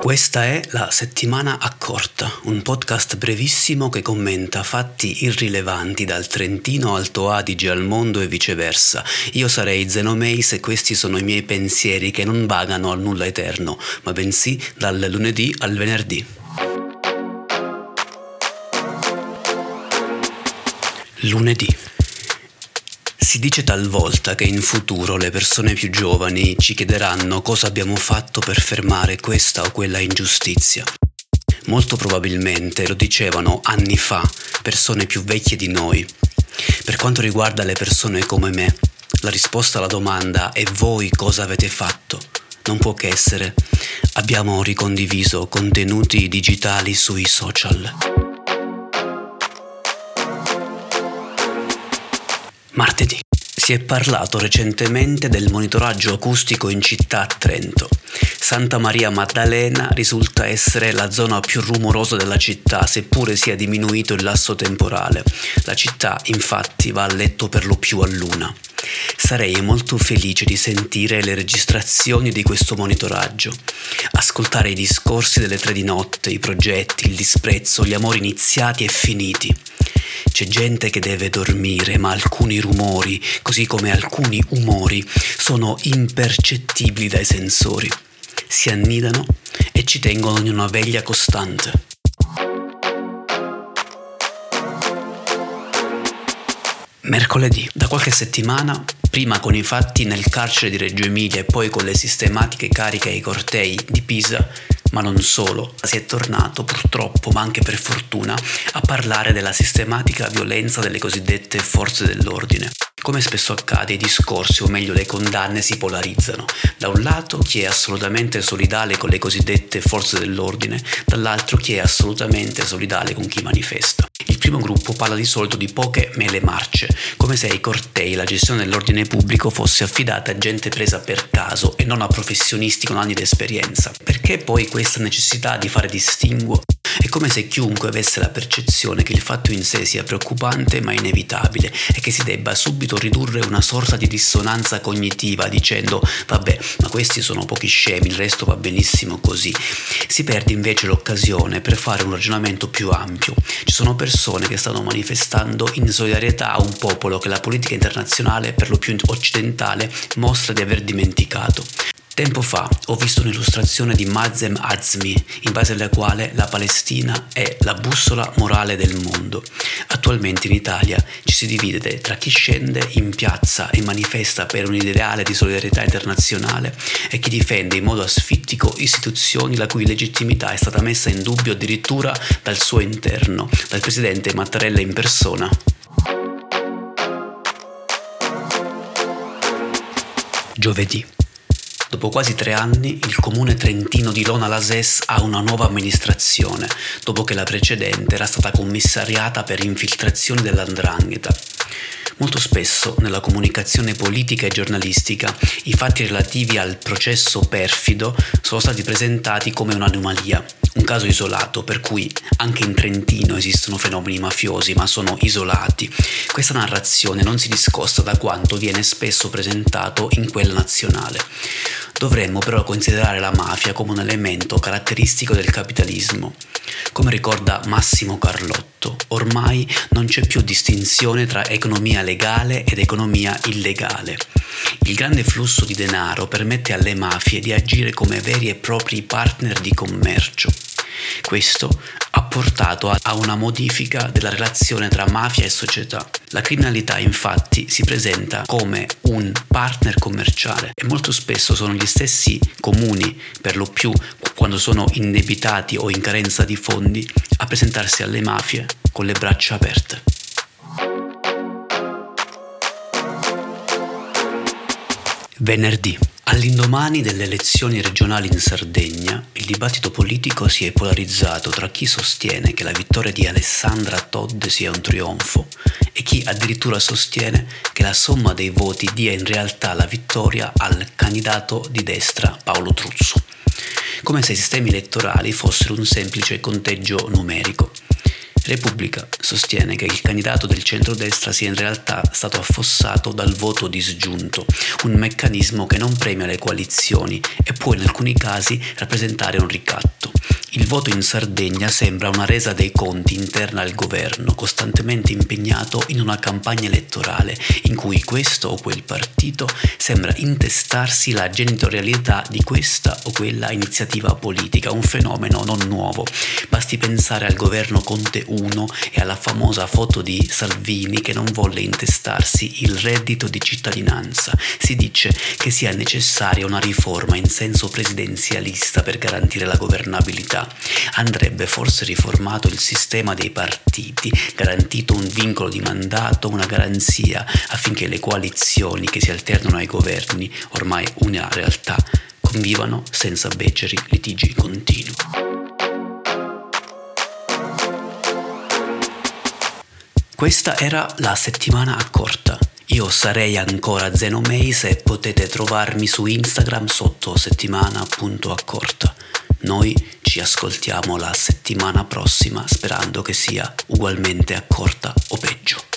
Questa è La Settimana Accorta, un podcast brevissimo che commenta fatti irrilevanti dal Trentino Alto Adige al mondo e viceversa. Io sarei Zeno Meis e questi sono i miei pensieri che non vagano al nulla eterno, ma bensì dal lunedì al venerdì. Lunedì. Si dice talvolta che in futuro le persone più giovani ci chiederanno cosa abbiamo fatto per fermare questa o quella ingiustizia. Molto probabilmente lo dicevano anni fa persone più vecchie di noi. Per quanto riguarda le persone come me, la risposta alla domanda "e voi cosa avete fatto?" non può che essere: abbiamo ricondiviso contenuti digitali sui social. Martedì. Si è parlato recentemente del monitoraggio acustico in città a Trento. Santa Maria Maddalena risulta essere la zona più rumorosa della città, seppure sia diminuito il lasso temporale. La città, infatti, va a letto per lo più a luna. Sarei molto felice di sentire le registrazioni di questo monitoraggio, ascoltare i discorsi delle 3 di notte, i progetti, il disprezzo, gli amori iniziati e finiti. C'è gente che deve dormire, ma alcuni rumori, così come alcuni umori, sono impercettibili dai sensori. Si annidano e ci tengono in una veglia costante. Mercoledì. Da qualche settimana, prima con i fatti nel carcere di Reggio Emilia e poi con le sistematiche cariche ai cortei di Pisa, ma non solo, si è tornato purtroppo, ma anche per fortuna, a parlare della sistematica violenza delle cosiddette forze dell'ordine. Come spesso accade, i discorsi, o meglio le condanne, si polarizzano. Da un lato chi è assolutamente solidale con le cosiddette forze dell'ordine, dall'altro chi è assolutamente solidale con chi manifesta. Il primo gruppo parla di solito di poche mele marce, come se ai cortei la gestione dell'ordine pubblico fosse affidata a gente presa per caso e non a professionisti con anni di esperienza. Perché poi questa necessità di fare distinguo? È come se chiunque avesse la percezione che il fatto in sé sia preoccupante ma inevitabile e che si debba subito ridurre una sorta di dissonanza cognitiva dicendo vabbè, ma questi sono pochi scemi, il resto va benissimo così. Si perde invece l'occasione per fare un ragionamento più ampio. Ci sono persone che stanno manifestando in solidarietà a un popolo che la politica internazionale, per lo più occidentale, mostra di aver dimenticato. Tempo fa ho visto un'illustrazione di Mazen Azmi, in base alla quale la Palestina è la bussola morale del mondo. Attualmente in Italia ci si divide tra chi scende in piazza e manifesta per un ideale di solidarietà internazionale e chi difende in modo asfittico istituzioni la cui legittimità è stata messa in dubbio addirittura dal suo interno, dal presidente Mattarella in persona. Giovedì. Dopo quasi 3 anni, il comune trentino di Lona Lases ha una nuova amministrazione, dopo che la precedente era stata commissariata per infiltrazioni dell''ndrangheta. Molto spesso, nella comunicazione politica e giornalistica, i fatti relativi al processo perfido sono stati presentati come un'anomalia, un caso isolato, per cui anche in Trentino esistono fenomeni mafiosi, ma sono isolati. Questa narrazione non si discosta da quanto viene spesso presentato in quella nazionale. Dovremmo però considerare la mafia come un elemento caratteristico del capitalismo. Come ricorda Massimo Carlotto, ormai non c'è più distinzione tra economia legale ed economia illegale. Il grande flusso di denaro permette alle mafie di agire come veri e propri partner di commercio. Questo ha portato a una modifica della relazione tra mafia e società. La criminalità infatti si presenta come un partner commerciale e molto spesso sono gli stessi comuni, per lo più quando sono indebitati o in carenza di fondi, a presentarsi alle mafie con le braccia aperte. Venerdì. All'indomani delle elezioni regionali in Sardegna, il dibattito politico si è polarizzato tra chi sostiene che la vittoria di Alessandra Todde sia un trionfo e chi addirittura sostiene che la somma dei voti dia in realtà la vittoria al candidato di destra Paolo Truzzo, come se i sistemi elettorali fossero un semplice conteggio numerico. Repubblica sostiene che il candidato del centrodestra sia in realtà stato affossato dal voto disgiunto, un meccanismo che non premia le coalizioni e può in alcuni casi rappresentare un ricatto. Il voto in Sardegna sembra una resa dei conti interna al governo, costantemente impegnato in una campagna elettorale in cui questo o quel partito sembra intestarsi la genitorialità di questa o quella iniziativa politica, un fenomeno non nuovo. Basti pensare al governo Conte 1 e alla famosa foto di Salvini che non volle intestarsi il reddito di cittadinanza. Si dice che sia necessaria una riforma in senso presidenzialista per garantire la governabilità. Andrebbe forse riformato il sistema dei partiti, garantito un vincolo di mandato, una garanzia affinché le coalizioni che si alternano ai governi, ormai una realtà, convivano senza beceri litigi continui. Questa era la settimana accorta. Io sarei ancora Zenomei se potete trovarmi su Instagram sotto settimana.accorta. Noi ci ascoltiamo la settimana prossima sperando che sia ugualmente accorta o peggio.